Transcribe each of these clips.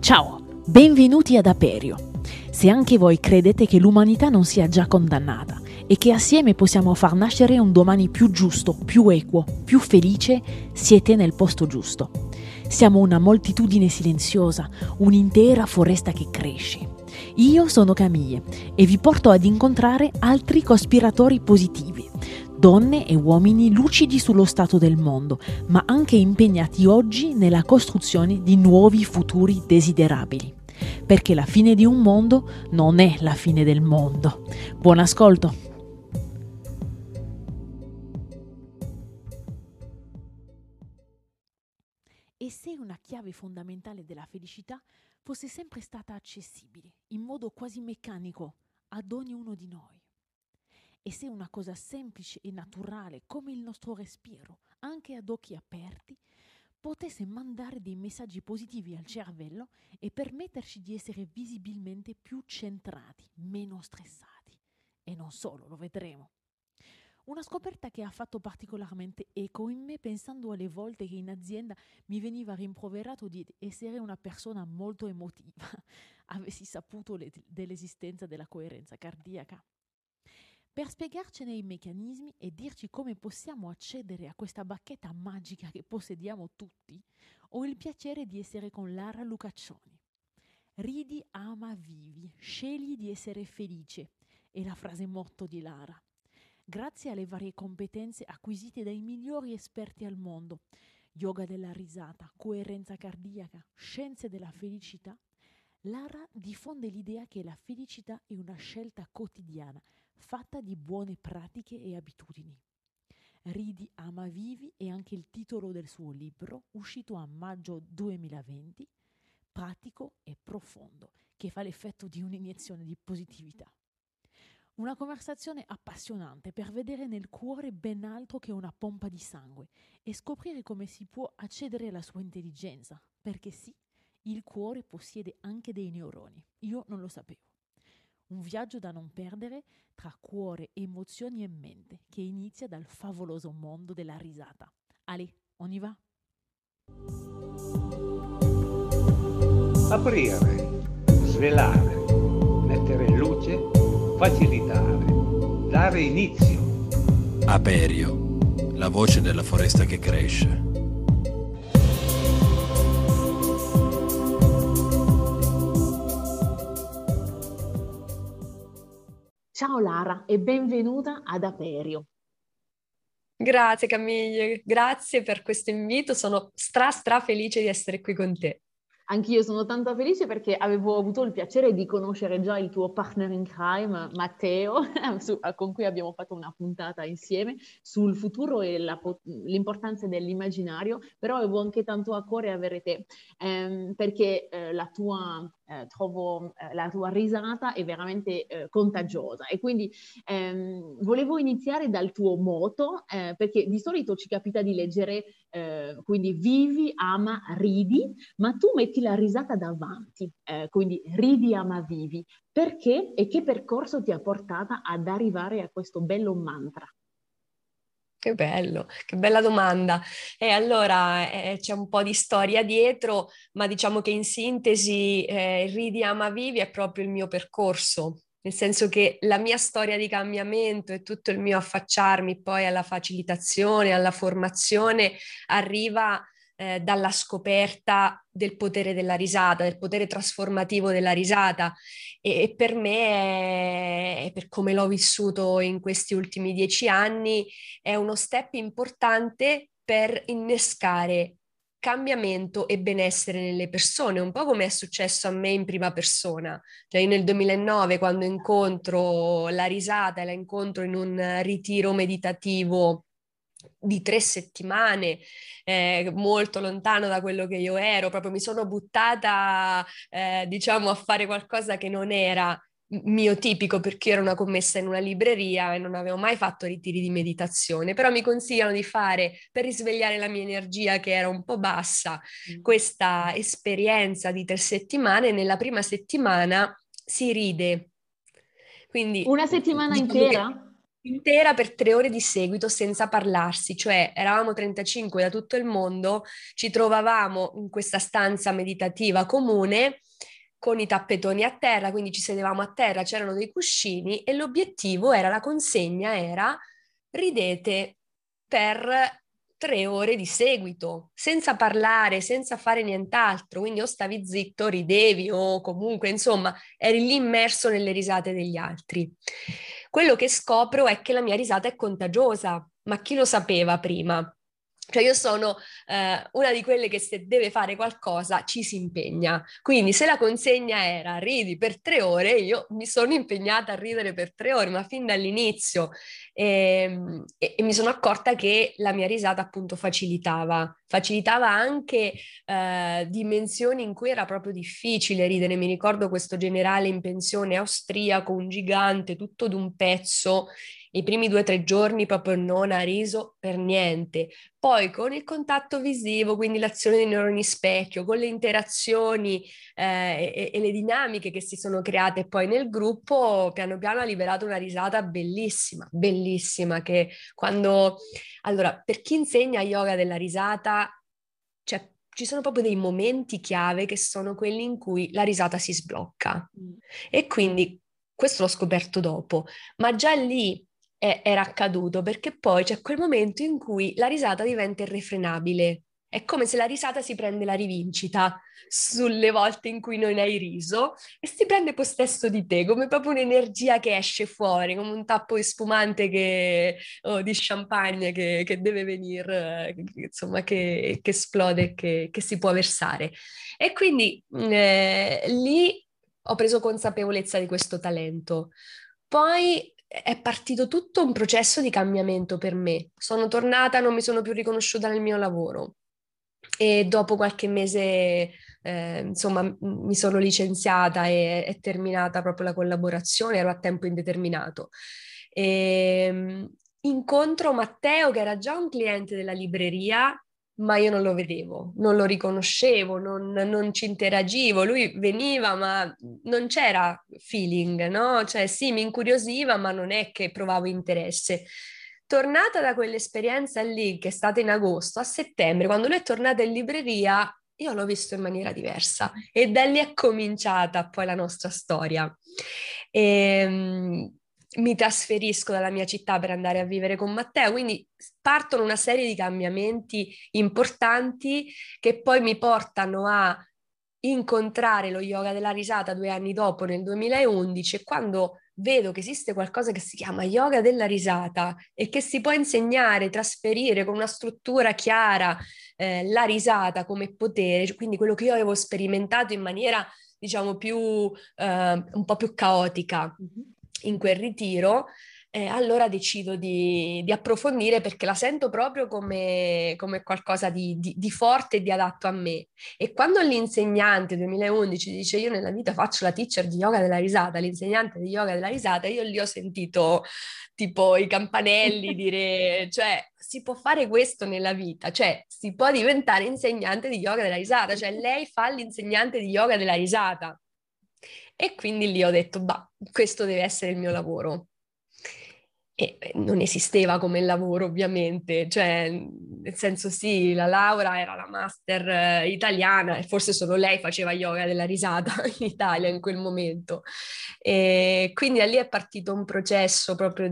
Ciao, benvenuti ad Aperio. Se anche voi credete che l'umanità non sia già condannata e che assieme possiamo far nascere un domani più giusto, più equo, più felice, siete nel posto giusto. Siamo una moltitudine silenziosa, un'intera foresta che cresce. Io sono Camille e vi porto ad incontrare altri cospiratori positivi, donne e uomini lucidi sullo stato del mondo, ma anche impegnati oggi nella costruzione di nuovi futuri desiderabili. Perché la fine di un mondo non è la fine del mondo. Buon ascolto! E se una chiave fondamentale della felicità fosse sempre stata accessibile, in modo quasi meccanico, ad ognuno di noi? E se una cosa semplice e naturale come il nostro respiro, anche ad occhi aperti, potesse mandare dei messaggi positivi al cervello e permetterci di essere visibilmente più centrati, meno stressati. E non solo, lo vedremo. Una scoperta che ha fatto particolarmente eco in me pensando alle volte che in azienda mi veniva rimproverato di essere una persona molto emotiva, avessi saputo dell'esistenza della coerenza cardiaca. Per spiegarcene i meccanismi e dirci come possiamo accedere a questa bacchetta magica che possediamo tutti, ho il piacere di essere con Lara Lucaccioni. Ridi, ama, vivi, scegli di essere felice, è la frase motto di Lara. Grazie alle varie competenze acquisite dai migliori esperti al mondo, yoga della risata, coerenza cardiaca, scienze della felicità, Lara diffonde l'idea che la felicità è una scelta quotidiana, fatta di buone pratiche e abitudini. Ridi, ama, vivi è anche il titolo del suo libro, uscito a maggio 2020, pratico e profondo, che fa l'effetto di un'iniezione di positività. Una conversazione appassionante per vedere nel cuore ben altro che una pompa di sangue e scoprire come si può accedere alla sua intelligenza, perché sì, il cuore possiede anche dei neuroni, io non lo sapevo. Un viaggio da non perdere tra cuore, emozioni e mente, che inizia dal favoloso mondo della risata. Allez, on y va? Aprire, svelare, mettere in luce, facilitare, dare inizio. Aperio, la voce della foresta che cresce. Ciao Lara e benvenuta ad Aperio. Grazie Camille, grazie per questo invito, sono stra felice di essere qui con te. Anch'io sono tanto felice perché avevo avuto il piacere di conoscere già il tuo partner in crime, Matteo, con cui abbiamo fatto una puntata insieme sul futuro e l'importanza dell'immaginario, però avevo anche tanto a cuore avere te, perché trovo la tua risata è veramente contagiosa e quindi volevo iniziare dal tuo motto, perché di solito ci capita di leggere quindi vivi, ama, ridi, ma tu metti la risata davanti, quindi ridi, ama, vivi. Perché e che percorso ti ha portata ad arrivare a questo bello mantra? Che bello, che bella domanda. E allora c'è un po' di storia dietro, ma diciamo che in sintesi Ridi Ama Vivi è proprio il mio percorso, nel senso che la mia storia di cambiamento e tutto il mio affacciarmi poi alla facilitazione, alla formazione, arriva dalla scoperta del potere della risata, del potere trasformativo della risata. E per me, per come l'ho vissuto in questi ultimi 10 anni, è uno step importante per innescare cambiamento e benessere nelle persone, un po' come è successo a me in prima persona. Cioè io nel 2009, quando incontro la risata e la incontro in un ritiro meditativo di 3 settimane, molto lontano da quello che io ero, proprio mi sono buttata, diciamo, a fare qualcosa che non era mio tipico, perché io ero una commessa in una libreria e non avevo mai fatto ritiri di meditazione, però mi consigliano di fare, per risvegliare la mia energia che era un po' bassa, questa esperienza di 3 settimane. Nella prima settimana si ride. Quindi Una settimana diciamo intera? intera per 3 ore di seguito senza parlarsi, cioè eravamo 35 da tutto il mondo, ci trovavamo in questa stanza meditativa comune con i tappetoni a terra, quindi ci sedevamo a terra, c'erano dei cuscini e l'obiettivo era, la consegna era: ridete per 3 ore di seguito, senza parlare, senza fare nient'altro, quindi o stavi zitto, ridevi o comunque, insomma, eri lì immerso nelle risate degli altri. Quello che scopro è che la mia risata è contagiosa, ma chi lo sapeva prima? Cioè io sono una di quelle che se deve fare qualcosa ci si impegna. Quindi se la consegna era ridi per 3 ore, io mi sono impegnata a ridere per 3 ore, ma fin dall'inizio. E mi sono accorta che la mia risata appunto facilitava anche dimensioni in cui era proprio difficile ridere. Mi ricordo questo generale in pensione austriaco, un gigante, tutto d'un pezzo. I primi 2 o 3 giorni proprio non ha riso per niente. Poi con il contatto visivo, quindi l'azione dei neuroni specchio, con le interazioni e le dinamiche che si sono create poi nel gruppo, piano piano ha liberato una risata bellissima, bellissima, che quando... Allora, per chi insegna yoga della risata, cioè, ci sono proprio dei momenti chiave che sono quelli in cui la risata si sblocca. E quindi questo l'ho scoperto dopo, ma già lì era accaduto, perché poi c'è quel momento in cui la risata diventa irrefrenabile. È come se la risata si prende la rivincita sulle volte in cui non hai riso e si prende possesso di te, come proprio un'energia che esce fuori, come un tappo di spumante di champagne che deve venire, insomma, che esplode, che si può versare. E quindi lì ho preso consapevolezza di questo talento. Poi è partito tutto un processo di cambiamento per me. Sono tornata, non mi sono più riconosciuta nel mio lavoro e dopo qualche mese, insomma, mi sono licenziata e è terminata proprio la collaborazione, ero a tempo indeterminato. E, incontro Matteo, che era già un cliente della libreria, ma io non lo vedevo, non lo riconoscevo, non ci interagivo. Lui veniva, ma non c'era feeling, no? Cioè sì, mi incuriosiva, ma non è che provavo interesse. Tornata da quell'esperienza lì, che è stata in agosto, a settembre, quando lui è tornato in libreria, io l'ho visto in maniera diversa e da lì è cominciata poi la nostra storia. E, mi trasferisco dalla mia città per andare a vivere con Matteo, quindi partono una serie di cambiamenti importanti che poi mi portano a incontrare lo yoga della risata 2 anni dopo, nel 2011, e quando vedo che esiste qualcosa che si chiama yoga della risata e che si può insegnare, trasferire con una struttura chiara la risata come potere, cioè, quindi quello che io avevo sperimentato in maniera, diciamo, più un po' più caotica in quel ritiro, allora decido di approfondire perché la sento proprio come qualcosa di forte e di adatto a me. E quando l'insegnante 2011 dice io nella vita faccio la teacher di yoga della risata, l'insegnante di yoga della risata, io lì ho sentito tipo i campanelli dire, cioè si può fare questo nella vita, cioè si può diventare insegnante di yoga della risata, cioè lei fa l'insegnante di yoga della risata. E quindi lì ho detto, bah, questo deve essere il mio lavoro. E non esisteva come lavoro, ovviamente, cioè, nel senso sì, la Laura era la master italiana e forse solo lei faceva yoga della risata in Italia in quel momento. E quindi da lì è partito un processo proprio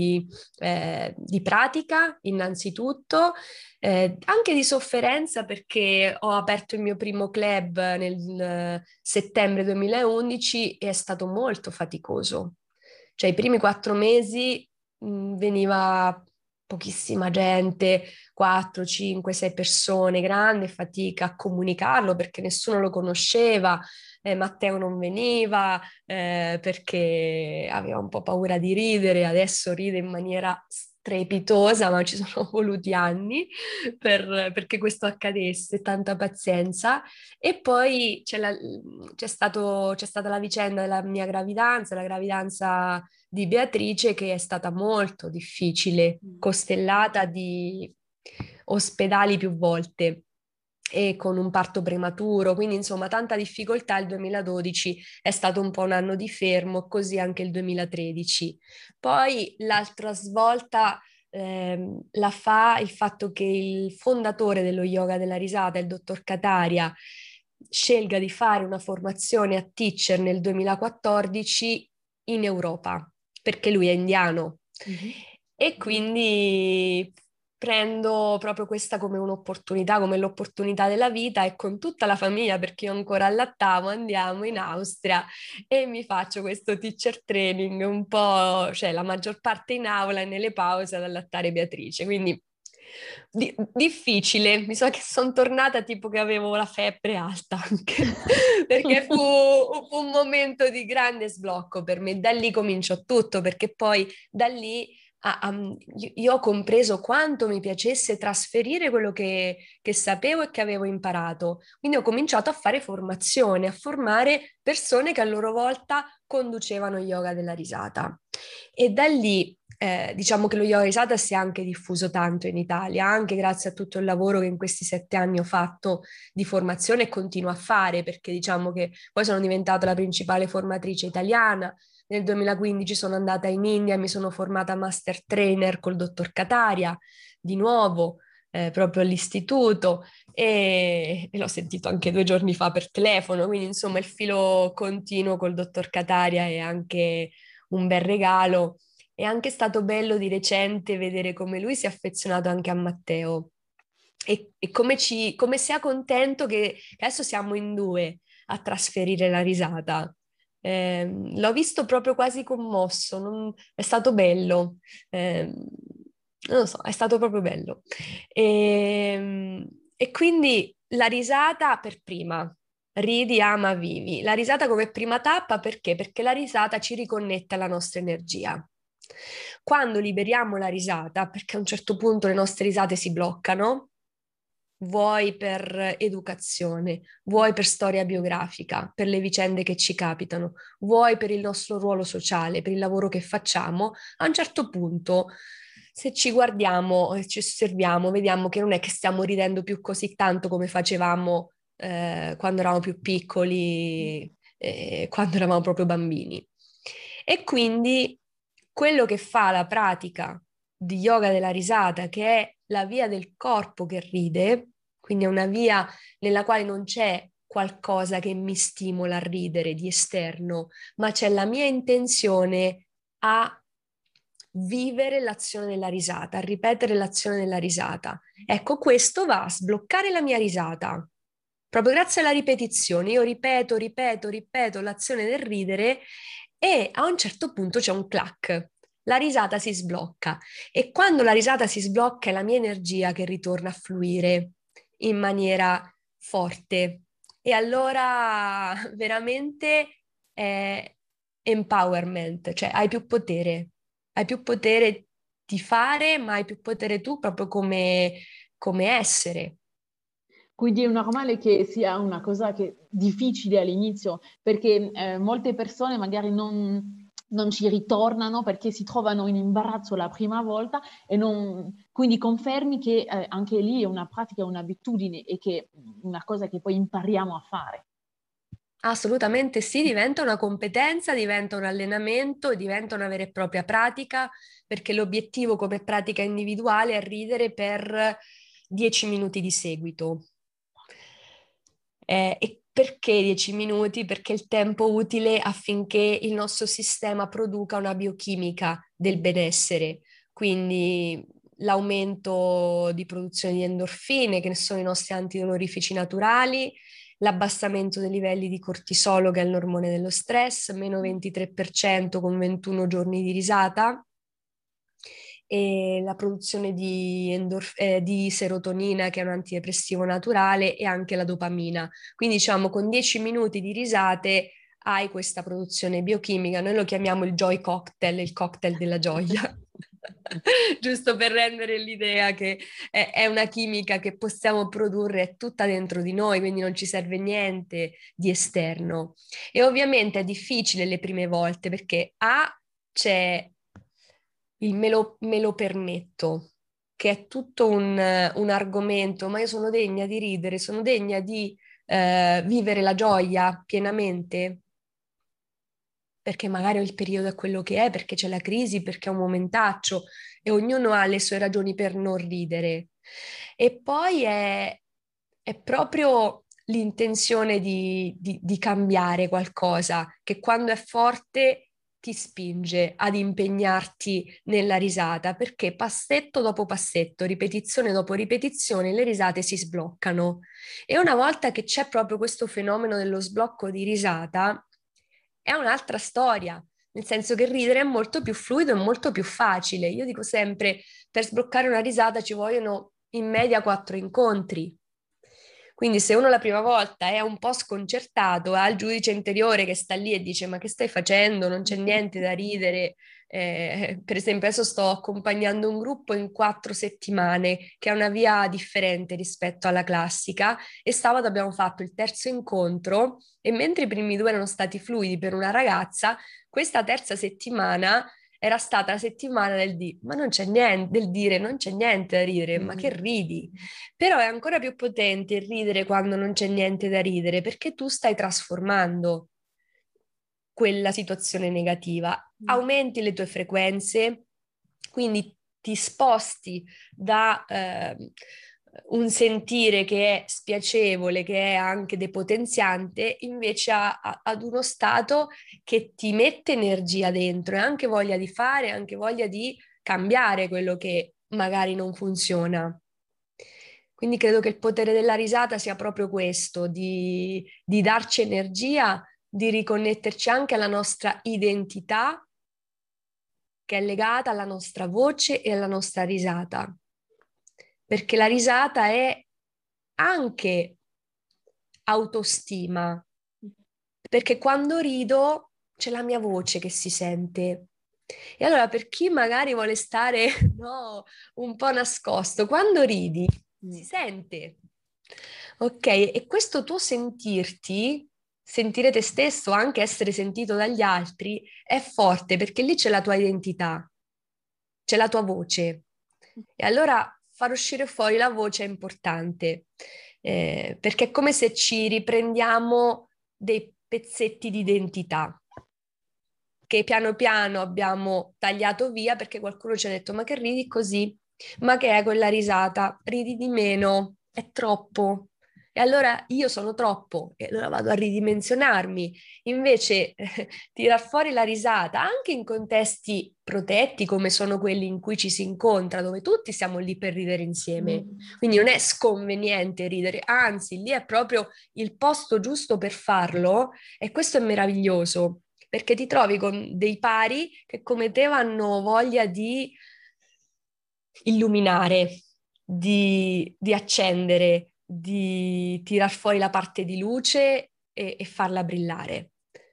di pratica, innanzitutto, anche di sofferenza perché ho aperto il mio primo club nel settembre 2011 e è stato molto faticoso. Cioè i primi 4 mesi veniva pochissima gente, 4, 5, 6 persone, grande fatica a comunicarlo perché nessuno lo conosceva. Matteo non veniva perché aveva un po' paura di ridere, adesso ride in maniera strepitosa, ma ci sono voluti anni perché questo accadesse, tanta pazienza. E poi c'è stata la vicenda della mia gravidanza, la gravidanza di Beatrice, che è stata molto difficile, costellata di ospedali più volte. e con un parto prematuro, quindi insomma tanta difficoltà. Il 2012 è stato un po' un anno di fermo, così anche il 2013. Poi l'altra svolta la fa il fatto che il fondatore dello yoga della risata, il dottor Kataria, scelga di fare una formazione a teacher nel 2014 in Europa, perché lui è indiano. Mhm. E quindi prendo proprio questa come un'opportunità, come l'opportunità della vita, e con tutta la famiglia, perché io ancora allattavo, andiamo in Austria e mi faccio questo teacher training un po', cioè la maggior parte in aula e nelle pause ad allattare Beatrice. Quindi difficile, mi sa che sono tornata tipo che avevo la febbre alta anche, perché fu un momento di grande sblocco per me. Da lì cominciò tutto, perché poi da lì io ho compreso quanto mi piacesse trasferire quello che sapevo e che avevo imparato. Quindi ho cominciato a fare formazione, a formare persone che a loro volta conducevano yoga della risata. E da lì diciamo che lo yoga risata si è anche diffuso tanto in Italia, anche grazie a tutto il lavoro che in questi 7 anni ho fatto di formazione e continuo a fare, perché diciamo che poi sono diventata la principale formatrice italiana. Nel 2015 sono andata in India e mi sono formata master trainer col dottor Kataria, di nuovo, proprio all'istituto, e l'ho sentito anche 2 giorni fa per telefono, quindi insomma il filo continuo col dottor Kataria è anche un bel regalo. È anche stato bello di recente vedere come lui si è affezionato anche a Matteo e come sia contento che adesso siamo in 2 a trasferire la risata. L'ho visto proprio quasi commosso, è stato bello. Non lo so, è stato proprio bello. E quindi la risata per prima. Ridi, ama, vivi. La risata come prima tappa perché? Perché la risata ci riconnette alla nostra energia. Quando liberiamo la risata, perché a un certo punto le nostre risate si bloccano, vuoi per educazione, vuoi per storia biografica, per le vicende che ci capitano, vuoi per il nostro ruolo sociale, per il lavoro che facciamo, a un certo punto, se ci guardiamo e ci osserviamo, vediamo che non è che stiamo ridendo più così tanto come facevamo quando eravamo più piccoli, quando eravamo proprio bambini. E quindi quello che fa la pratica di yoga della risata, che è la via del corpo che ride, quindi è una via nella quale non c'è qualcosa che mi stimola a ridere di esterno, ma c'è la mia intenzione a vivere l'azione della risata, a ripetere l'azione della risata. Ecco, questo va a sbloccare la mia risata. Proprio grazie alla ripetizione, io ripeto l'azione del ridere e a un certo punto c'è un clac. La risata si sblocca e quando la risata si sblocca è la mia energia che ritorna a fluire in maniera forte. E allora veramente è empowerment, cioè hai più potere di fare, ma hai più potere tu proprio come essere. Quindi è normale che sia una cosa difficile all'inizio, perché molte persone magari non ci ritornano perché si trovano in imbarazzo la prima volta quindi confermi che anche lì è una pratica, un'abitudine e che è una cosa che poi impariamo a fare. Assolutamente sì, diventa una competenza, diventa un allenamento, diventa una vera e propria pratica, perché l'obiettivo come pratica individuale è ridere per 10 minuti di seguito. E perché 10 minuti? Perché è il tempo utile affinché il nostro sistema produca una biochimica del benessere, quindi l'aumento di produzione di endorfine, che sono i nostri antidolorifici naturali, l'abbassamento dei livelli di cortisolo, che è l'ormone dello stress, meno 23% con 21 giorni di risata, e la produzione di serotonina, che è un antidepressivo naturale, e anche la dopamina. Quindi diciamo con 10 minuti di risate hai questa produzione biochimica, noi lo chiamiamo il joy cocktail, il cocktail della gioia. Giusto per rendere l'idea che è una chimica che possiamo produrre, è tutta dentro di noi, quindi non ci serve niente di esterno. E ovviamente è difficile le prime volte perché c'è il me lo permetto, che è tutto un argomento, ma io sono degna di ridere, sono degna di vivere la gioia pienamente, perché magari il periodo è quello che è, perché c'è la crisi, perché è un momentaccio e ognuno ha le sue ragioni per non ridere. E poi è proprio l'intenzione di cambiare qualcosa, che quando è forte ti spinge ad impegnarti nella risata, perché passetto dopo passetto, ripetizione dopo ripetizione, le risate si sbloccano. E una volta che c'è proprio questo fenomeno dello sblocco di risata, è un'altra storia, nel senso che ridere è molto più fluido e molto più facile. Io dico sempre, per sbloccare una risata ci vogliono in media 4 incontri. Quindi se uno la prima volta è un po' sconcertato, ha il giudice interiore che sta lì e dice ma che stai facendo? Non c'è niente da ridere. Per esempio adesso sto accompagnando un gruppo in 4 settimane, che è una via differente rispetto alla classica, e sabato abbiamo fatto il terzo incontro e mentre i primi 2 erano stati fluidi per una ragazza, questa terza settimana era stata la settimana ma non c'è niente, del dire non c'è niente da ridere, ma che ridi? Però è ancora più potente il ridere quando non c'è niente da ridere, perché tu stai trasformando quella situazione negativa, aumenti le tue frequenze, quindi ti sposti da un sentire che è spiacevole, che è anche depotenziante, invece ad uno stato che ti mette energia dentro e anche voglia di fare, anche voglia di cambiare quello che magari non funziona. Quindi credo che il potere della risata sia proprio questo, di darci energia, di riconnetterci anche alla nostra identità, che è legata alla nostra voce e alla nostra risata. Perché la risata è anche autostima, perché quando rido c'è la mia voce che si sente. E allora per chi magari vuole stare un po' nascosto, quando ridi si sente. Ok, e questo tuo sentire te stesso, anche essere sentito dagli altri, è forte perché lì c'è la tua identità, c'è la tua voce. E allora far uscire fuori la voce è importante, perché è come se ci riprendiamo dei pezzetti di identità che piano piano abbiamo tagliato via perché qualcuno ci ha detto ma che ridi così? Ma che è quella risata? Ridi di meno, è troppo. E allora io sono troppo e allora vado a ridimensionarmi. Invece tirar fuori la risata anche in contesti protetti come sono quelli in cui ci si incontra, dove tutti siamo lì per ridere insieme. Quindi non è sconveniente ridere, anzi lì è proprio il posto giusto per farlo e questo è meraviglioso perché ti trovi con dei pari che come te hanno voglia di illuminare, di accendere, di tirar fuori la parte di luce e farla brillare.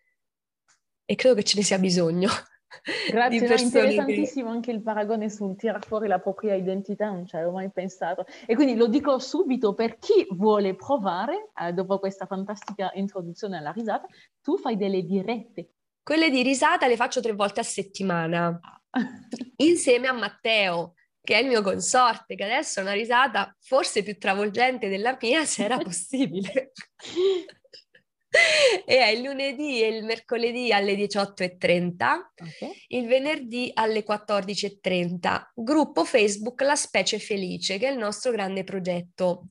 E credo che ce ne sia bisogno. Grazie, di no, persone interessantissimo anche il paragone sul tirar fuori la propria identità, non ci avevo mai pensato. E quindi lo dico subito per chi vuole provare, dopo questa fantastica introduzione alla risata, tu fai delle dirette. Quelle di risata le faccio 3 volte a settimana, insieme a Matteo, che è il mio consorte, che adesso è una risata forse più travolgente della mia, se era possibile. E è il lunedì e il mercoledì alle 18:30, il venerdì alle 14:30. Gruppo Facebook La Specie Felice, che è il nostro grande progetto.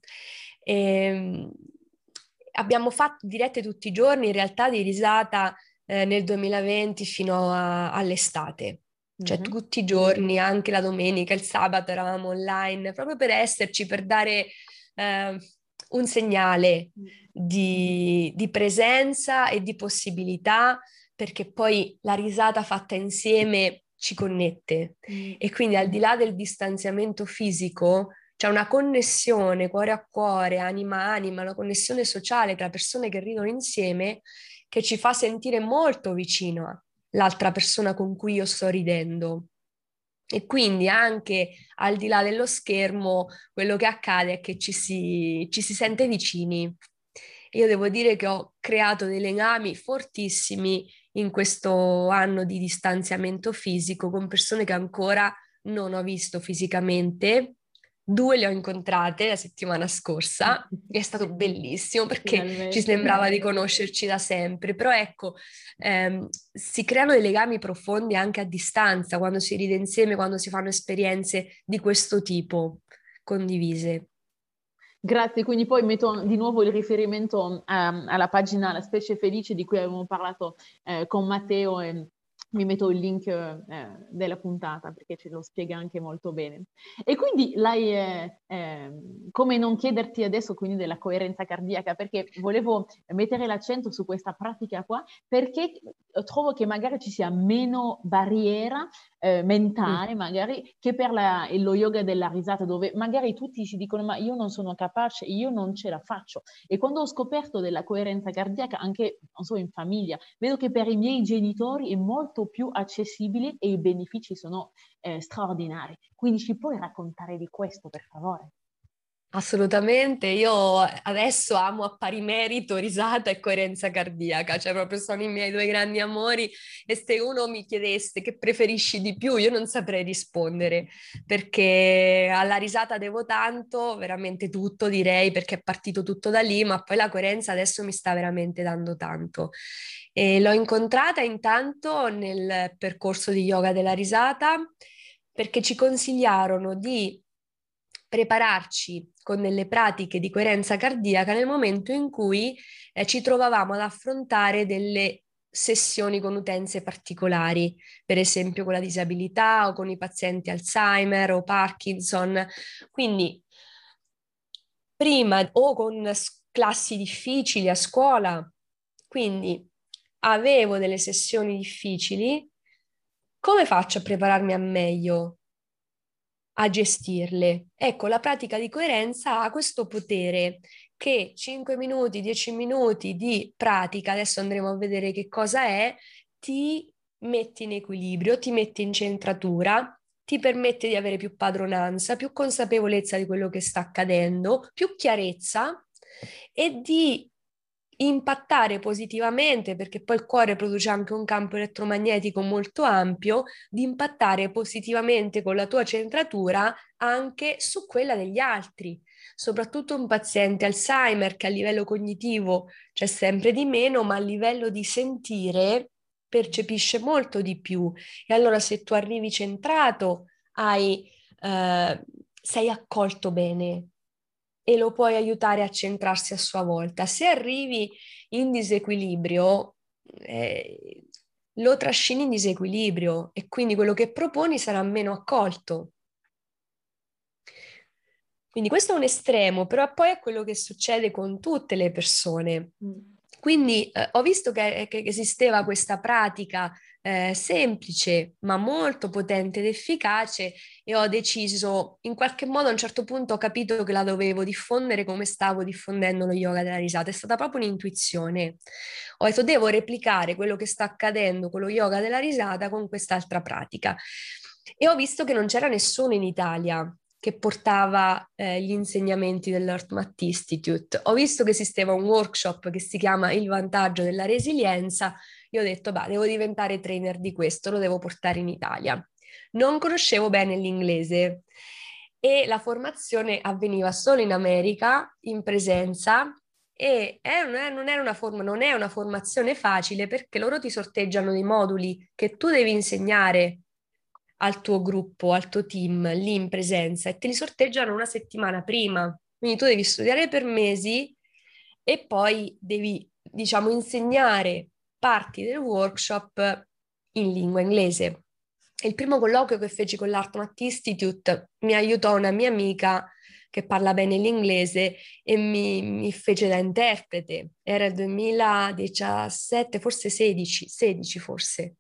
Abbiamo fatto dirette tutti i giorni, in realtà di risata nel 2020 fino all'estate. Cioè tutti i giorni, anche la domenica, il sabato eravamo online, proprio per esserci, per dare un segnale di presenza e di possibilità, perché poi la risata fatta insieme ci connette. E quindi al di là del distanziamento fisico, c'è una connessione cuore a cuore, anima a anima, una connessione sociale tra persone che ridono insieme che ci fa sentire molto vicino l'altra persona con cui io sto ridendo. E quindi anche al di là dello schermo, quello che accade è che ci si sente vicini. Io devo dire che ho creato dei legami fortissimi in questo anno di distanziamento fisico con persone che ancora non ho visto fisicamente 2 le ho incontrate la settimana scorsa, è stato bellissimo perché ci Finalmente. sembrava di conoscerci da sempre, però ecco, si creano dei legami profondi anche a distanza quando si ride insieme, quando si fanno esperienze di questo tipo condivise. Grazie, quindi poi metto di nuovo il riferimento alla pagina La Specie Felice di cui avevamo parlato con Matteo e mi metto il link della puntata perché ce lo spiega anche molto bene. E quindi come non chiederti adesso quindi della coerenza cardiaca, perché volevo mettere l'accento su questa pratica qua, perché trovo che magari ci sia meno barriera mentale magari che per lo yoga della risata, dove magari tutti si dicono ma io non sono capace, io non ce la faccio. E quando ho scoperto della coerenza cardiaca anche, non so, in famiglia, vedo che per i miei genitori è molto più accessibile e i benefici sono straordinari. Quindi ci puoi raccontare di questo, per favore? Assolutamente, io adesso amo a pari merito risata e coerenza cardiaca, cioè proprio sono i miei 2 grandi amori e se uno mi chiedesse che preferisci di più, io non saprei rispondere perché alla risata devo tanto, veramente tutto direi perché è partito tutto da lì, ma poi la coerenza adesso mi sta veramente dando tanto. E l'ho incontrata intanto nel percorso di yoga della risata perché ci consigliarono di prepararci con delle pratiche di coerenza cardiaca nel momento in cui ci trovavamo ad affrontare delle sessioni con utenze particolari, per esempio con la disabilità o con i pazienti Alzheimer o Parkinson. Quindi prima o con classi difficili a scuola, quindi avevo delle sessioni difficili, come faccio a prepararmi a meglio? A gestirle. Ecco, la pratica di coerenza ha questo potere che 5 minuti, 10 minuti di pratica, adesso andremo a vedere che cosa è, ti metti in equilibrio, ti metti in centratura, ti permette di avere più padronanza, più consapevolezza di quello che sta accadendo, più chiarezza e di impattare positivamente, perché poi il cuore produce anche un campo elettromagnetico molto ampio, di impattare positivamente con la tua centratura anche su quella degli altri, soprattutto un paziente Alzheimer che a livello cognitivo c'è sempre di meno, ma a livello di sentire percepisce molto di più. E allora se tu arrivi centrato, sei accolto bene e lo puoi aiutare a centrarsi a sua volta. Se arrivi in disequilibrio, lo trascini in disequilibrio e quindi quello che proponi sarà meno accolto. Quindi questo è un estremo, però poi è quello che succede con tutte le persone. Quindi ho visto che esisteva questa pratica semplice ma molto potente ed efficace e ho deciso, in qualche modo a un certo punto ho capito che la dovevo diffondere come stavo diffondendo lo yoga della risata, è stata proprio un'intuizione. Ho detto devo replicare quello che sta accadendo con lo yoga della risata con quest'altra pratica e ho visto che non c'era nessuno in Italia che portava gli insegnamenti dell'Heart Institute. Ho visto che esisteva un workshop che si chiama Il vantaggio della resilienza. Io ho detto, beh, devo diventare trainer di questo, lo devo portare in Italia. Non conoscevo bene l'inglese e la formazione avveniva solo in America, in presenza, e non è una formazione facile perché loro ti sorteggiano dei moduli che tu devi insegnare al tuo gruppo, al tuo team, lì in presenza e te li sorteggiano una settimana prima. Quindi tu devi studiare per mesi e poi devi, diciamo, insegnare parti del workshop in lingua inglese. E il primo colloquio che feci con l'Heart Institute mi aiutò una mia amica che parla bene l'inglese e mi fece da interprete. Era il 2017, forse 16 forse.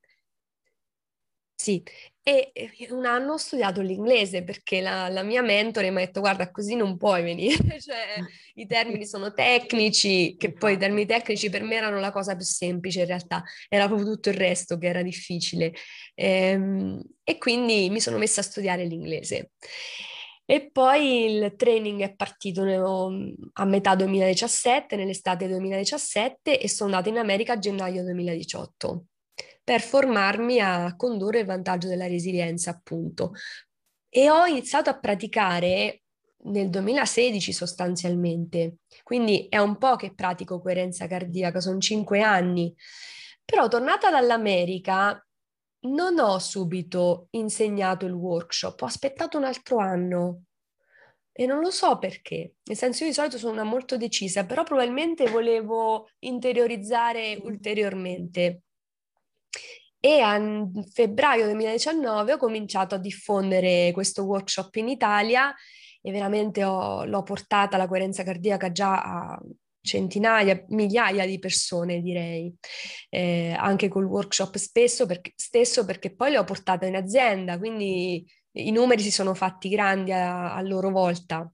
Sì, e un anno ho studiato l'inglese perché la mia mentore mi ha detto guarda così non puoi venire, cioè i termini sono tecnici, che poi i termini tecnici per me erano la cosa più semplice in realtà, era proprio tutto il resto che era difficile e quindi mi sono messa a studiare l'inglese. E poi il training è partito a metà 2017, nell'estate 2017 e sono andata in America a gennaio 2018 per formarmi a condurre il vantaggio della resilienza, appunto. E ho iniziato a praticare nel 2016 sostanzialmente, quindi è un po' che pratico coerenza cardiaca, sono 5 anni. Però tornata dall'America non ho subito insegnato il workshop, ho aspettato un altro anno e non lo so perché. Nel senso, io di solito sono una molto decisa, però probabilmente volevo interiorizzare ulteriormente. E a febbraio 2019 ho cominciato a diffondere questo workshop in Italia e veramente l'ho portata la coerenza cardiaca già a centinaia, migliaia di persone, direi, anche col workshop stesso perché poi le ho portate in azienda, quindi i numeri si sono fatti grandi a loro volta.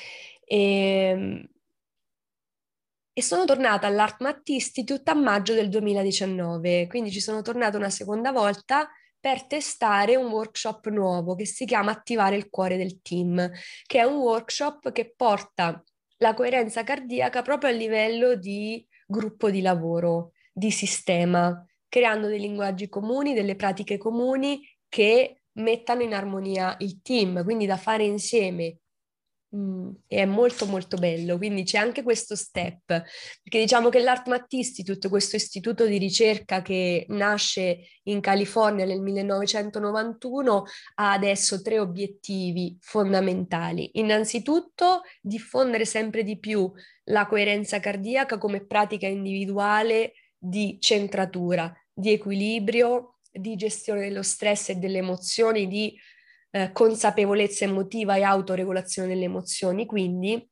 E sono tornata all'Art Institute a maggio del 2019, quindi ci sono tornata una seconda volta per testare un workshop nuovo che si chiama Attivare il cuore del team, che è un workshop che porta la coerenza cardiaca proprio a livello di gruppo di lavoro, di sistema, creando dei linguaggi comuni, delle pratiche comuni che mettano in armonia il team, quindi da fare insieme. E è molto molto bello, quindi c'è anche questo step, perché diciamo che l'Art Institute, questo istituto di ricerca che nasce in California nel 1991, ha adesso 3 obiettivi fondamentali. Innanzitutto, diffondere sempre di più la coerenza cardiaca come pratica individuale di centratura, di equilibrio, di gestione dello stress e delle emozioni, di consapevolezza emotiva e autoregolazione delle emozioni, quindi,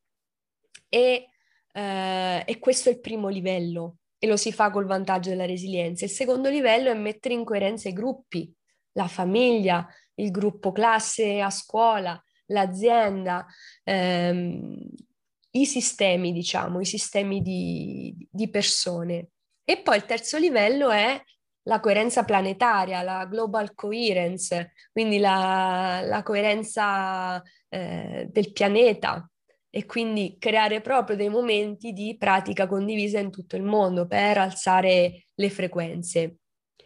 e questo è il primo livello e lo si fa col vantaggio della resilienza. Il secondo livello è mettere in coerenza i gruppi, la famiglia, il gruppo classe a scuola, l'azienda, i sistemi, diciamo, i sistemi di persone. E poi il terzo livello è la coerenza planetaria, la global coherence, quindi la coerenza del pianeta e quindi creare proprio dei momenti di pratica condivisa in tutto il mondo per alzare le frequenze.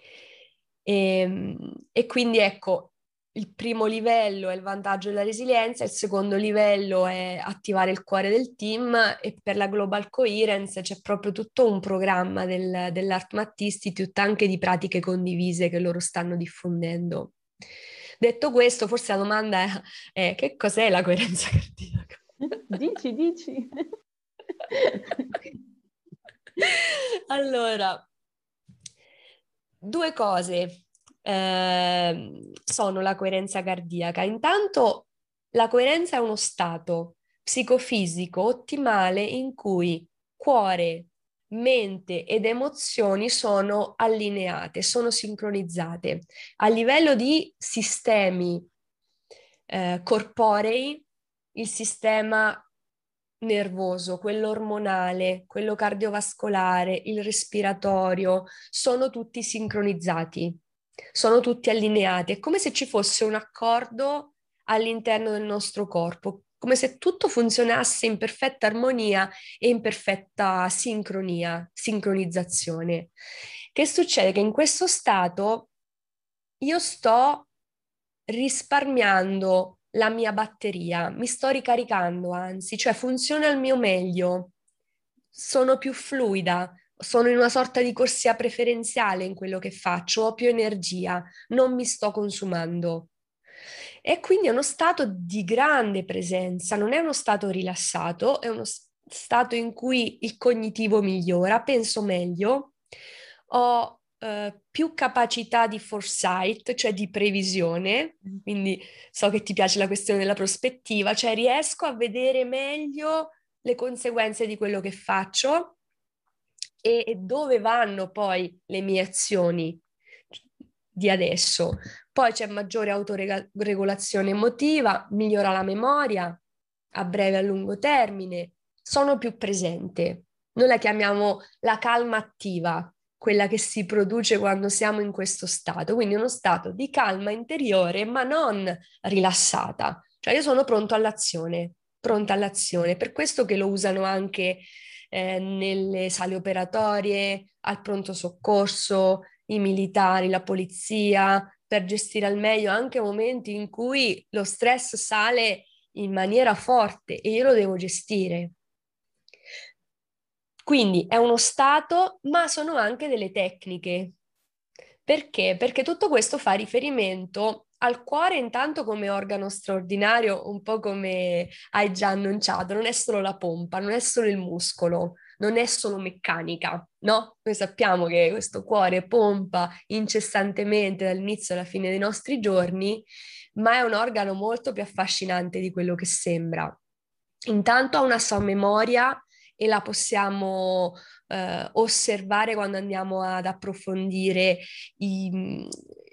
E quindi ecco, il primo livello è il vantaggio della resilienza, il secondo livello è attivare il cuore del team e per la Global Coherence c'è proprio tutto un programma dell'Art Institute anche di pratiche condivise che loro stanno diffondendo. Detto questo, forse la domanda è che cos'è la coerenza cardiaca? Dici. Allora, 2 cose sono la coerenza cardiaca. Intanto, la coerenza è uno stato psicofisico ottimale in cui cuore, mente ed emozioni sono allineate, sono sincronizzate. A livello di sistemi corporei, il sistema nervoso, quello ormonale, quello cardiovascolare, il respiratorio, sono tutti sincronizzati, sono tutti allineati. È come se ci fosse un accordo all'interno del nostro corpo, come se tutto funzionasse in perfetta armonia e in perfetta sincronizzazione. Che succede? Che in questo stato io sto risparmiando la mia batteria, mi sto ricaricando, anzi, cioè funziona al mio meglio, sono più fluida, sono in una sorta di corsia preferenziale in quello che faccio, ho più energia, non mi sto consumando. E quindi è uno stato di grande presenza, non è uno stato rilassato, è uno stato in cui il cognitivo migliora, penso meglio, ho più capacità di foresight, cioè di previsione, quindi so che ti piace la questione della prospettiva, cioè riesco a vedere meglio le conseguenze di quello che faccio e dove vanno poi le mie azioni di adesso. Poi c'è maggiore autoregolazione emotiva, migliora la memoria a breve e a lungo termine, sono più presente. Noi la chiamiamo la calma attiva, quella che si produce quando siamo in questo stato, quindi uno stato di calma interiore ma non rilassata, cioè io sono pronta all'azione, per questo che lo usano anche nelle sale operatorie, al pronto soccorso, i militari, la polizia, per gestire al meglio anche momenti in cui lo stress sale in maniera forte e io lo devo gestire. Quindi è uno stato, ma sono anche delle tecniche. Perché? Perché tutto questo fa riferimento al cuore intanto come organo straordinario, un po' come hai già annunciato, non è solo la pompa, non è solo il muscolo, non è solo meccanica, no? Noi sappiamo che questo cuore pompa incessantemente dall'inizio alla fine dei nostri giorni, ma è un organo molto più affascinante di quello che sembra. Intanto ha una sua memoria e la possiamo osservare quando andiamo ad approfondire i,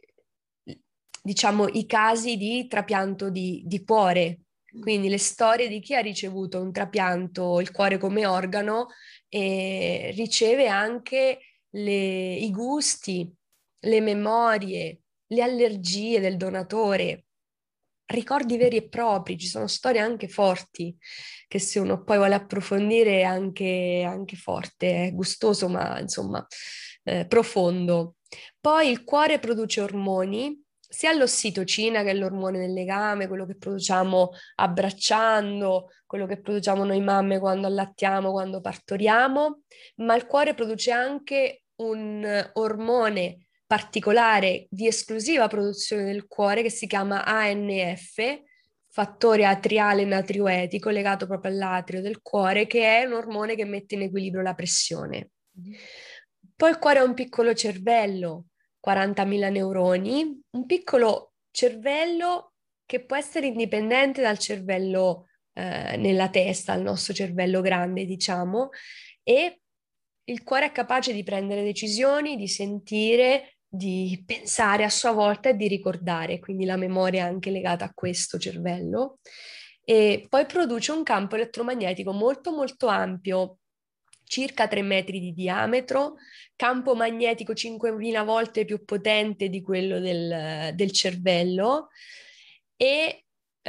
diciamo, i casi di trapianto di cuore. Quindi le storie di chi ha ricevuto un trapianto, il cuore come organo, e riceve anche i gusti, le memorie, le allergie del donatore, ricordi veri e propri. Ci sono storie anche forti che se uno poi vuole approfondire è anche forte, è gustoso ma insomma profondo. Poi il cuore produce ormoni, sia l'ossitocina che è l'ormone del legame, quello che produciamo abbracciando, quello che produciamo noi mamme quando allattiamo, quando partoriamo, ma il cuore produce anche un ormone particolare di esclusiva produzione del cuore che si chiama ANF, fattore atriale natriuetico, legato proprio all'atrio del cuore, che è un ormone che mette in equilibrio la pressione. Poi il cuore ha un piccolo cervello, 40.000 neuroni, un piccolo cervello che può essere indipendente dal cervello nella testa, il nostro cervello grande, diciamo, e il cuore è capace di prendere decisioni, di sentire, di pensare a sua volta e di ricordare, quindi la memoria è anche legata a questo cervello. E poi produce un campo elettromagnetico molto molto ampio, circa 3 metri di diametro, campo magnetico 5.000 volte più potente di quello del cervello e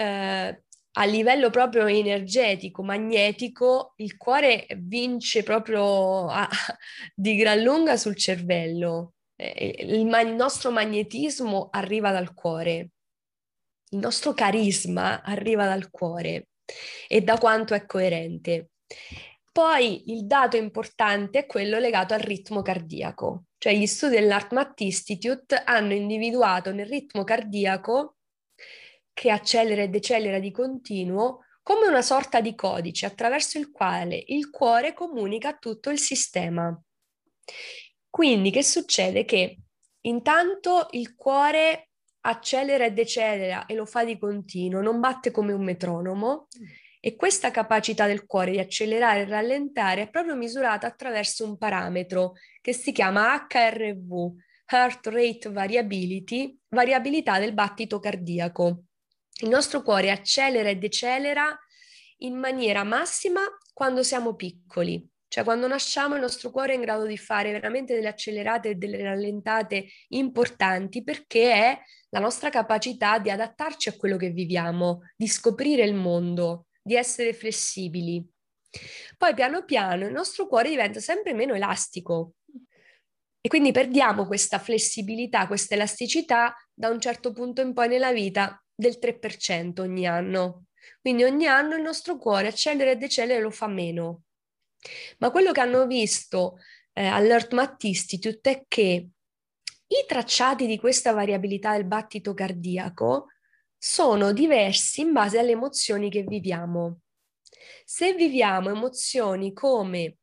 a livello proprio energetico, magnetico, il cuore vince proprio di gran lunga sul cervello. Il nostro magnetismo arriva dal cuore, il nostro carisma arriva dal cuore e da quanto è coerente. Poi il dato importante è quello legato al ritmo cardiaco, cioè gli studi dell'HeartMath Institute hanno individuato nel ritmo cardiaco che accelera e decelera di continuo come una sorta di codice attraverso il quale il cuore comunica a tutto il sistema. Quindi che succede? Che intanto il cuore accelera e decelera e lo fa di continuo, non batte come un metronomo e questa capacità del cuore di accelerare e rallentare è proprio misurata attraverso un parametro che si chiama HRV, Heart Rate Variability, variabilità del battito cardiaco. Il nostro cuore accelera e decelera in maniera massima quando siamo piccoli, cioè quando nasciamo il nostro cuore è in grado di fare veramente delle accelerate e delle rallentate importanti perché è la nostra capacità di adattarci a quello che viviamo, di scoprire il mondo, di essere flessibili. Poi piano piano il nostro cuore diventa sempre meno elastico e quindi perdiamo questa flessibilità, questa elasticità da un certo punto in poi nella vita del 3% ogni anno. Quindi ogni anno il nostro cuore accelera e decelera e lo fa meno. Ma quello che hanno visto all'HeartMath Institute è che i tracciati di questa variabilità del battito cardiaco sono diversi in base alle emozioni che viviamo. Se viviamo emozioni come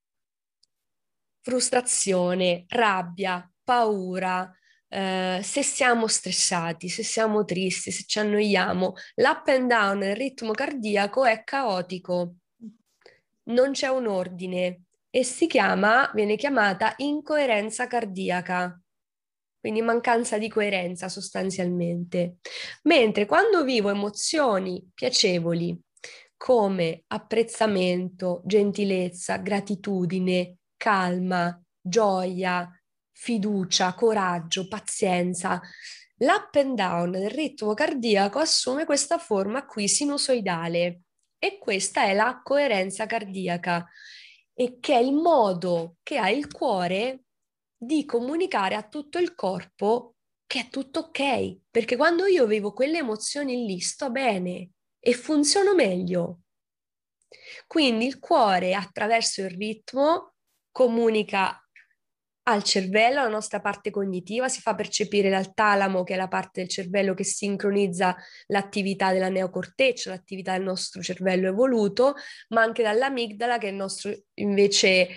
frustrazione, rabbia, paura, se siamo stressati, se siamo tristi, se ci annoiamo, l'up and down del ritmo cardiaco è caotico, non c'è un ordine e viene chiamata incoerenza cardiaca, quindi mancanza di coerenza sostanzialmente. Mentre quando vivo emozioni piacevoli come apprezzamento, gentilezza, gratitudine, calma, gioia, fiducia, coraggio, pazienza, l'up and down del ritmo cardiaco assume questa forma qui sinusoidale e questa è la coerenza cardiaca e che è il modo che ha il cuore di comunicare a tutto il corpo che è tutto ok, perché quando io vivo quelle emozioni lì sto bene e funziono meglio. Quindi il cuore, attraverso il ritmo, comunica al cervello, alla nostra parte cognitiva, si fa percepire dal talamo, che è la parte del cervello che sincronizza l'attività della neocorteccia, l'attività del nostro cervello evoluto, ma anche dall'amigdala, che è il nostro invece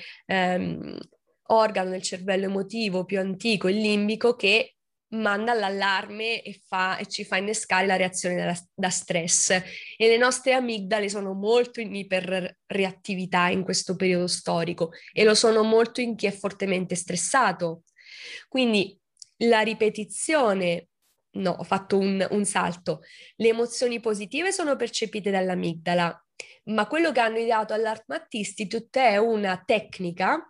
organo del cervello emotivo più antico, il limbico, che manda l'allarme e ci fa innescare la reazione da stress. E le nostre amigdale sono molto in iperreattività in questo periodo storico e lo sono molto in chi è fortemente stressato. Quindi la ripetizione, no, ho fatto un salto. Le emozioni positive sono percepite dall'amigdala, ma quello che hanno ideato all'Heart Institute è una tecnica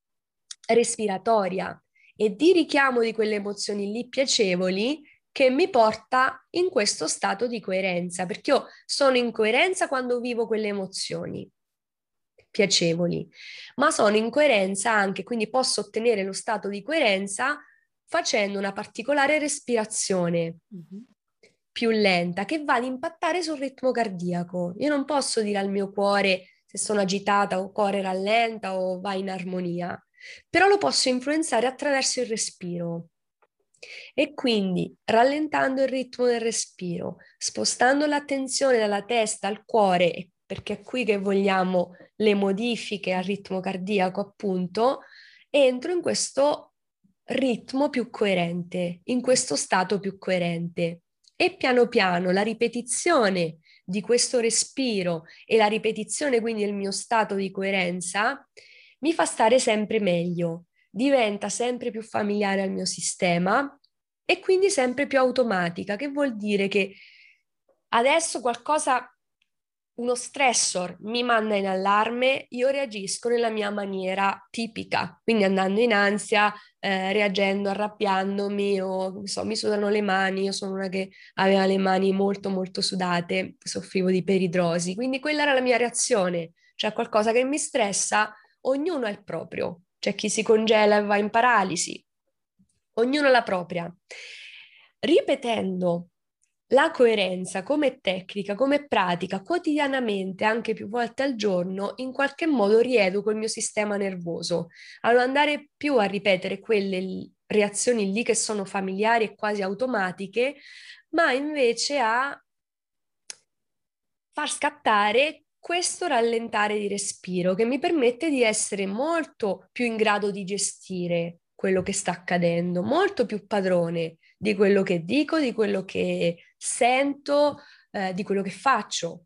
respiratoria e di richiamo di quelle emozioni lì piacevoli che mi porta in questo stato di coerenza, perché io sono in coerenza quando vivo quelle emozioni piacevoli, ma sono in coerenza anche, quindi posso ottenere lo stato di coerenza facendo una particolare respirazione più lenta che va ad impattare sul ritmo cardiaco. Io non posso dire al mio cuore se sono agitata o cuore rallenta o va in armonia, però lo posso influenzare attraverso il respiro. E quindi rallentando il ritmo del respiro, spostando l'attenzione dalla testa al cuore, perché è qui che vogliamo le modifiche al ritmo cardiaco, appunto, entro in questo ritmo più coerente, in questo stato più coerente. E piano piano la ripetizione di questo respiro e la ripetizione quindi del mio stato di coerenza mi fa stare sempre meglio, diventa sempre più familiare al mio sistema e quindi sempre più automatica, che vuol dire che adesso qualcosa, uno stressor mi manda in allarme, io reagisco nella mia maniera tipica, quindi andando in ansia, reagendo, arrabbiandomi o mi sudano le mani, io sono una che aveva le mani molto molto sudate, soffrivo di peridrosi, quindi quella era la mia reazione, cioè qualcosa che mi stressa, ognuno ha il proprio, c'è chi si congela e va in paralisi, ognuno ha la propria. Ripetendo la coerenza come tecnica, come pratica quotidianamente, anche più volte al giorno, in qualche modo rieduco il mio sistema nervoso, a non andare più a ripetere quelle reazioni lì che sono familiari e quasi automatiche, ma invece a far scattare questo rallentare di respiro che mi permette di essere molto più in grado di gestire quello che sta accadendo, molto più padrone di quello che dico, di quello che sento, di quello che faccio.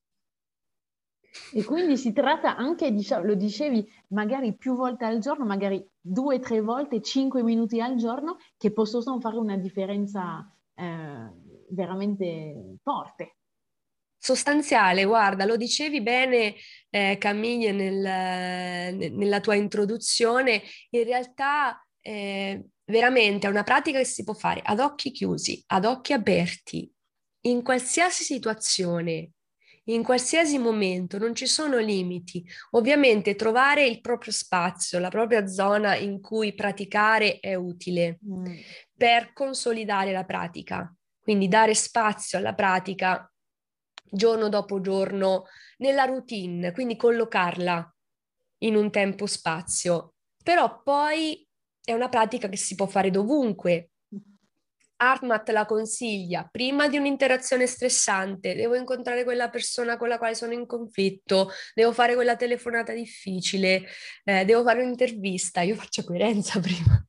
E quindi si tratta anche, diciamo, lo dicevi, magari più volte al giorno, magari 2 o 3 volte, 5 minuti al giorno, che possono fare una differenza veramente forte. Sostanziale, guarda, lo dicevi bene, Camille, nella tua introduzione, in realtà veramente è una pratica che si può fare ad occhi chiusi, ad occhi aperti, in qualsiasi situazione, in qualsiasi momento, non ci sono limiti. Ovviamente trovare il proprio spazio, la propria zona in cui praticare è utile per consolidare la pratica, quindi dare spazio alla pratica giorno dopo giorno nella routine, quindi collocarla in un tempo-spazio. Però poi è una pratica che si può fare dovunque. HeartMath la consiglia prima di un'interazione stressante, devo incontrare quella persona con la quale sono in conflitto, devo fare quella telefonata difficile, devo fare un'intervista, io faccio coerenza prima.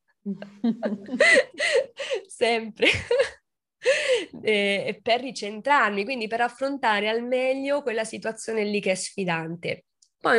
Sempre. Per ricentrarmi, quindi per affrontare al meglio quella situazione lì che è sfidante. Poi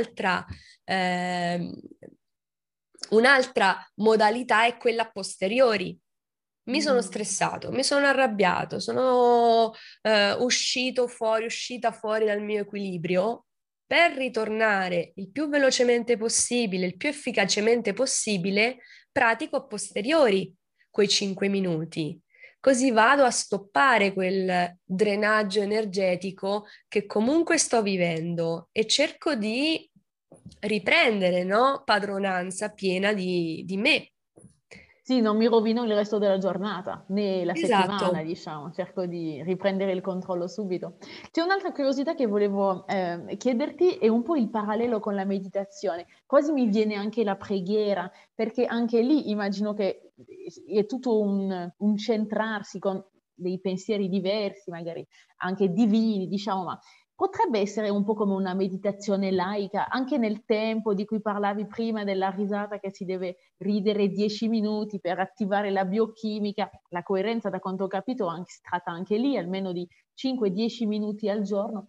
un'altra modalità è quella a posteriori. Mi sono stressato, mi sono arrabbiato, sono uscita fuori dal mio equilibrio. Per ritornare il più velocemente possibile, il più efficacemente possibile, pratico a posteriori quei 5 minuti. Così vado a stoppare quel drenaggio energetico che comunque sto vivendo e cerco di riprendere, no, padronanza piena di me. sì, non mi rovino il resto della giornata, né la settimana, Esatto. diciamo, cerco di riprendere il controllo subito. C'è un'altra curiosità che volevo chiederti, è un po' il parallelo con la meditazione. Quasi mi viene anche la preghiera, perché anche lì immagino che è tutto un centrarsi con dei pensieri diversi, magari anche divini, diciamo, ma potrebbe essere un po' come una meditazione laica, anche nel tempo di cui parlavi prima della risata che si deve ridere 10 minuti per attivare la biochimica, la coerenza da quanto ho capito si tratta anche lì almeno di 5-10 minuti al giorno.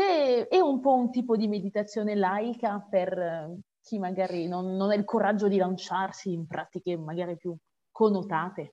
È un po' un tipo di meditazione laica per chi magari non ha il coraggio di lanciarsi in pratiche magari più connotate.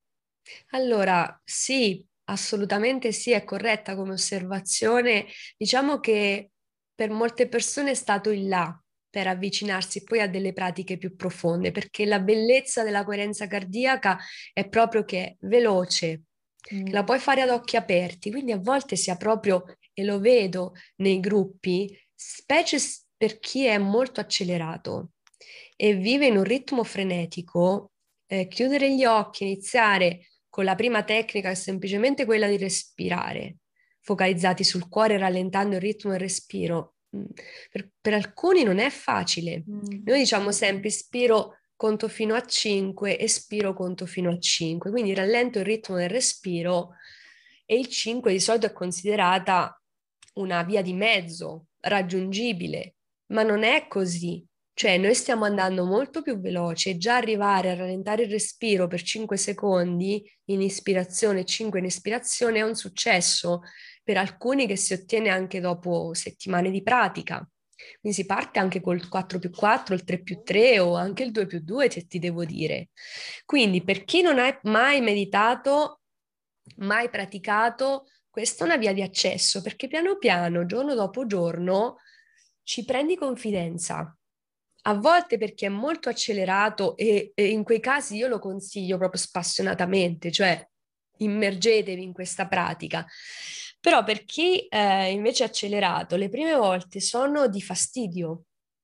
Allora, sì, assolutamente sì, è corretta come osservazione. Diciamo che per molte persone è stato il là per avvicinarsi poi a delle pratiche più profonde, perché la bellezza della coerenza cardiaca è proprio che è veloce, che la puoi fare ad occhi aperti, quindi a volte si ha proprio, e lo vedo nei gruppi, specie per chi è molto accelerato e vive in un ritmo frenetico, chiudere gli occhi, iniziare con la prima tecnica è semplicemente quella di respirare, focalizzati sul cuore, rallentando il ritmo del respiro. Per alcuni non è facile. Noi diciamo sempre ispiro, conto fino a 5, espiro, conto fino a 5, quindi rallento il ritmo del respiro e il 5 di solito è considerata una via di mezzo raggiungibile, ma non è così. Cioè, noi stiamo andando molto più veloce e già arrivare a rallentare il respiro per 5 secondi in ispirazione e 5 in espirazione è un successo per alcuni che si ottiene anche dopo settimane di pratica. Quindi si parte anche col 4+4, il 3+3 o anche il 2+2, se ti devo dire. Quindi per chi non ha mai meditato, mai praticato, questa è una via di accesso perché piano piano, giorno dopo giorno, ci prendi confidenza. A volte perché è molto accelerato e in quei casi io lo consiglio proprio spassionatamente, cioè immergetevi in questa pratica. Però per chi invece è accelerato, le prime volte sono di fastidio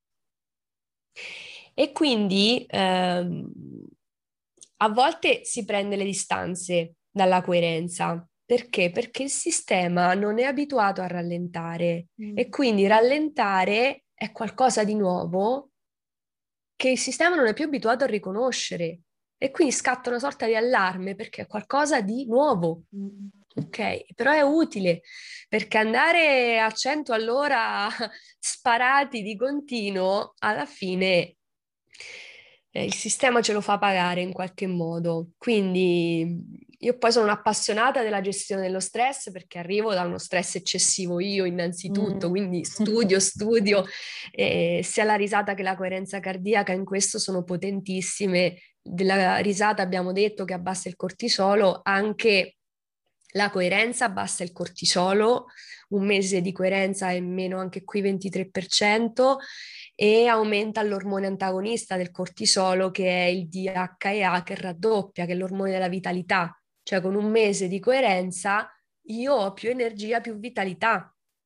e quindi a volte si prende le distanze dalla coerenza. Perché? Perché il sistema non è abituato a rallentare e quindi rallentare è qualcosa di nuovo che il sistema non è più abituato a riconoscere e quindi scatta una sorta di allarme perché è qualcosa di nuovo. Ok, però è utile perché andare a 100 all'ora sparati di continuo, alla fine il sistema ce lo fa pagare in qualche modo. Quindi io poi sono un'appassionata della gestione dello stress perché arrivo da uno stress eccessivo io innanzitutto, quindi studio, sia la risata che la coerenza cardiaca in questo sono potentissime. Della risata abbiamo detto che abbassa il cortisolo, anche la coerenza abbassa il cortisolo, un mese di coerenza è meno anche qui 23% e aumenta l'ormone antagonista del cortisolo che è il DHEA che raddoppia, che è l'ormone della vitalità. Cioè con un mese di coerenza io ho più energia, più vitalità.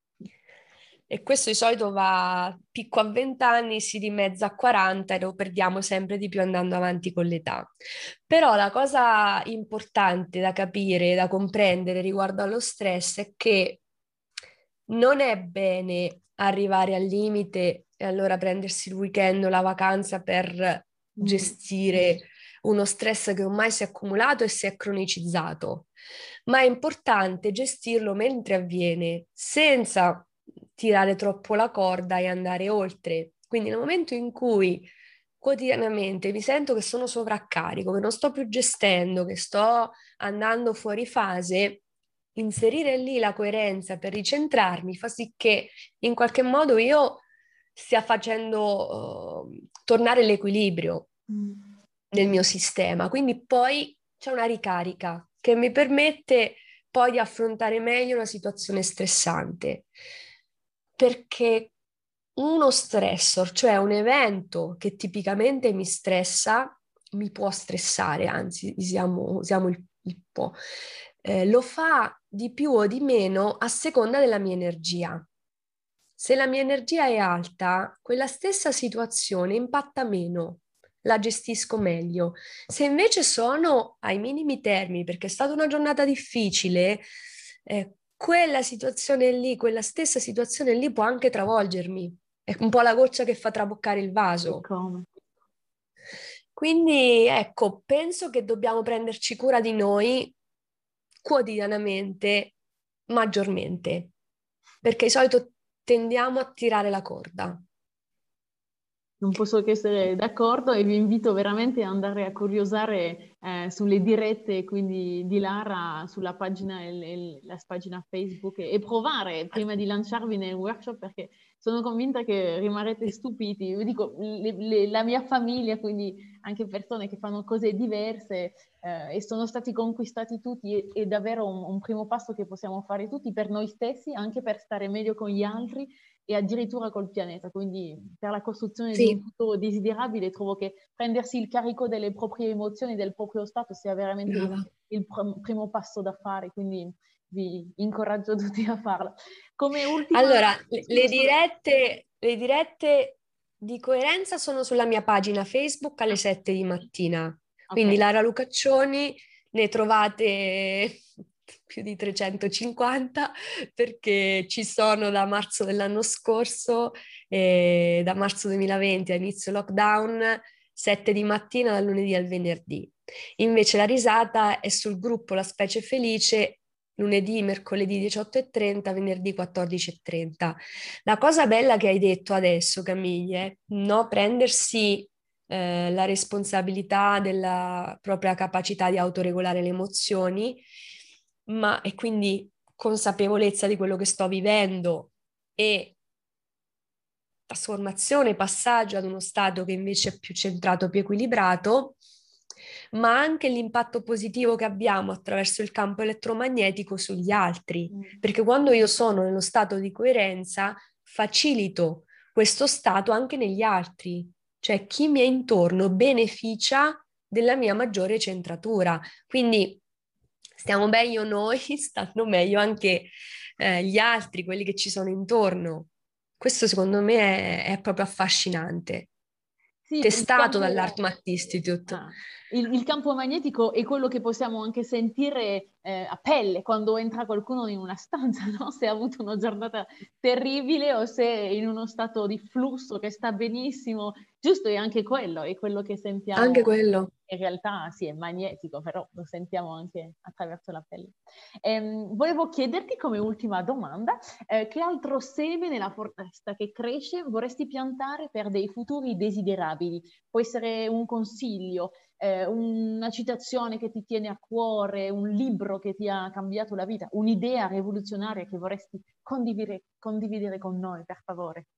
E questo di solito va picco a 20 anni, si dimezza a 40 e lo perdiamo sempre di più andando avanti con l'età. Però la cosa importante da capire, da comprendere riguardo allo stress è che non è bene arrivare al limite e allora prendersi il weekend o la vacanza per gestire uno stress che ormai si è accumulato e si è cronicizzato, ma è importante gestirlo mentre avviene, senza tirare troppo la corda e andare oltre. Quindi nel momento in cui quotidianamente mi sento che sono sovraccarico, che non sto più gestendo, che sto andando fuori fase, inserire lì la coerenza per ricentrarmi fa sì che in qualche modo io stia facendo tornare l'equilibrio nel mio sistema. Quindi poi c'è una ricarica che mi permette poi di affrontare meglio una situazione stressante. Perché uno stressor, cioè un evento che tipicamente mi stressa, mi può stressare, anzi, usiamo il po', lo fa di più o di meno a seconda della mia energia. Se la mia energia è alta, quella stessa situazione impatta meno. la gestisco meglio. Se invece sono ai minimi termini, perché è stata una giornata difficile, quella situazione lì, quella stessa situazione lì può anche travolgermi. È un po' la goccia che fa traboccare il vaso. Come? Quindi ecco, penso che dobbiamo prenderci cura di noi quotidianamente, maggiormente, perché di solito tendiamo a tirare la corda. Non posso che essere d'accordo e vi invito veramente ad andare a curiosare sulle dirette quindi di Lara sulla pagina, la pagina Facebook e provare prima di lanciarvi nel workshop perché sono convinta che rimarrete stupiti. Io dico, la mia famiglia, quindi anche persone che fanno cose diverse e sono stati conquistati tutti, è davvero un primo passo che possiamo fare tutti per noi stessi, anche per stare meglio con gli altri e addirittura col pianeta, quindi per la costruzione di un futuro desiderabile trovo che prendersi il carico delle proprie emozioni, del proprio stato sia veramente il primo passo da fare, quindi vi incoraggio tutti a farlo. Come ultima... Allora, le dirette di coerenza sono sulla mia pagina Facebook alle 7 di mattina, quindi Lara Lucaccioni, ne trovate più di 350 perché ci sono da marzo dell'anno scorso, da marzo 2020 a inizio lockdown, 7 di mattina dal lunedì al venerdì. Invece la risata è sul gruppo La Specie Felice, lunedì, mercoledì 18:30, venerdì 14:30. La cosa bella che hai detto adesso, Camille, no? Prendersi la responsabilità della propria capacità di autoregolare le emozioni, e quindi consapevolezza di quello che sto vivendo e trasformazione, passaggio ad uno stato che invece è più centrato, più equilibrato, ma anche l'impatto positivo che abbiamo attraverso il campo elettromagnetico sugli altri, perché quando io sono nello stato di coerenza facilito questo stato anche negli altri, cioè chi mi è intorno beneficia della mia maggiore centratura, quindi stiamo meglio noi, stanno meglio anche gli altri, quelli che ci sono intorno. Questo secondo me è proprio affascinante. Sì, Testato dall'Heart Institute. Il campo magnetico è quello che possiamo anche sentire a pelle quando entra qualcuno in una stanza, no? Se ha avuto una giornata terribile o se è in uno stato di flusso che sta benissimo, giusto, è anche quello, è quello che sentiamo. Anche quello. In realtà sì, è magnetico, però lo sentiamo anche attraverso la pelle. Volevo chiederti come ultima domanda, che altro seme nella foresta che cresce vorresti piantare per dei futuri desiderabili? Può essere un consiglio, una citazione che ti tiene a cuore, un libro che ti ha cambiato la vita, un'idea rivoluzionaria che vorresti condividere con noi, per favore.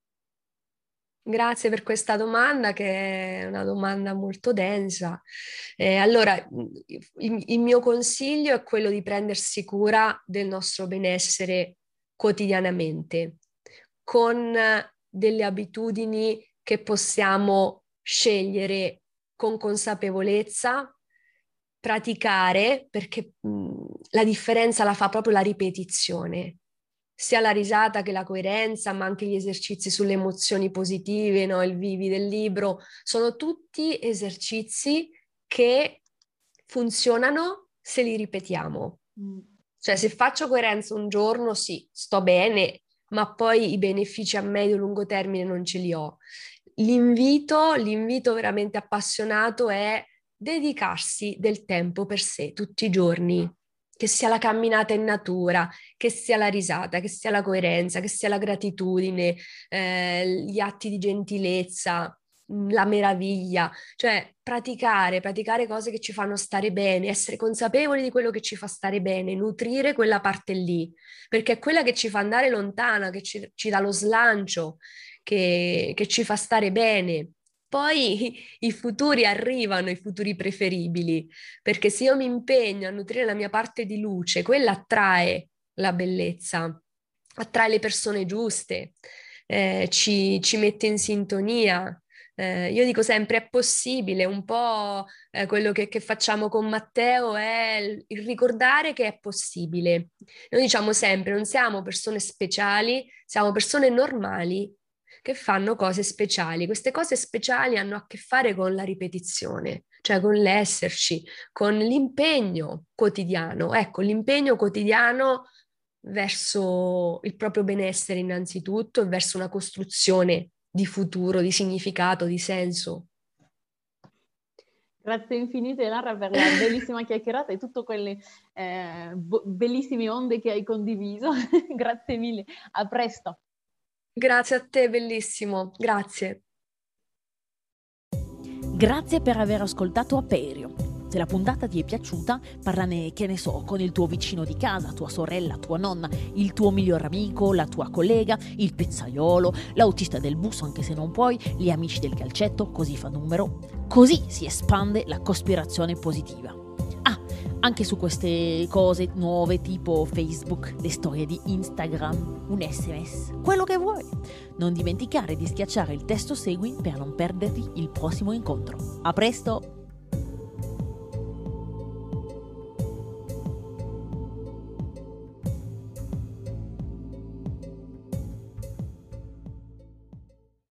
Grazie per questa domanda, che è una domanda molto densa. Allora, il mio consiglio è quello di prendersi cura del nostro benessere quotidianamente, con delle abitudini che possiamo scegliere con consapevolezza, praticare, perché la differenza la fa proprio la ripetizione. Sia la risata che la coerenza, ma anche gli esercizi sulle emozioni positive, no? Il Vivi del libro, sono tutti esercizi che funzionano se li ripetiamo. Cioè, se faccio coerenza un giorno, sì, sto bene, ma poi i benefici a medio-lungo termine non ce li ho. L'invito veramente appassionato è dedicarsi del tempo per sé tutti i giorni, che sia la camminata in natura, che sia la risata, che sia la coerenza, che sia la gratitudine, gli atti di gentilezza, la meraviglia, cioè praticare cose che ci fanno stare bene, essere consapevoli di quello che ci fa stare bene, nutrire quella parte lì, perché è quella che ci fa andare lontana, che ci dà lo slancio, che ci fa stare bene. Poi i futuri arrivano, i futuri preferibili, perché se io mi impegno a nutrire la mia parte di luce, quella attrae la bellezza, attrae le persone giuste, ci mette in sintonia. Io dico sempre, è possibile, un po' quello che facciamo con Matteo è il ricordare che è possibile. Noi diciamo sempre, non siamo persone speciali, siamo persone normali, che fanno cose speciali. Queste cose speciali hanno a che fare con la ripetizione, cioè con l'esserci, con l'impegno quotidiano. Ecco, l'impegno quotidiano verso il proprio benessere innanzitutto e verso una costruzione di futuro, di significato, di senso. Grazie infinite Lara per la bellissima chiacchierata e tutte quelle bellissime onde che hai condiviso. Grazie mille, a presto. Grazie a te, bellissimo, grazie. Grazie per aver ascoltato Aperio. Se la puntata ti è piaciuta, parlane, che ne so, con il tuo vicino di casa, tua sorella, tua nonna, il tuo miglior amico, la tua collega, il pizzaiolo, l'autista del bus, anche se non puoi, gli amici del calcetto, così fa numero. Così si espande la cospirazione positiva. Ah, anche su queste cose nuove tipo Facebook, le storie di Instagram, un SMS, quello che vuoi. Non dimenticare di schiacciare il testo segui per non perderti il prossimo incontro. A presto!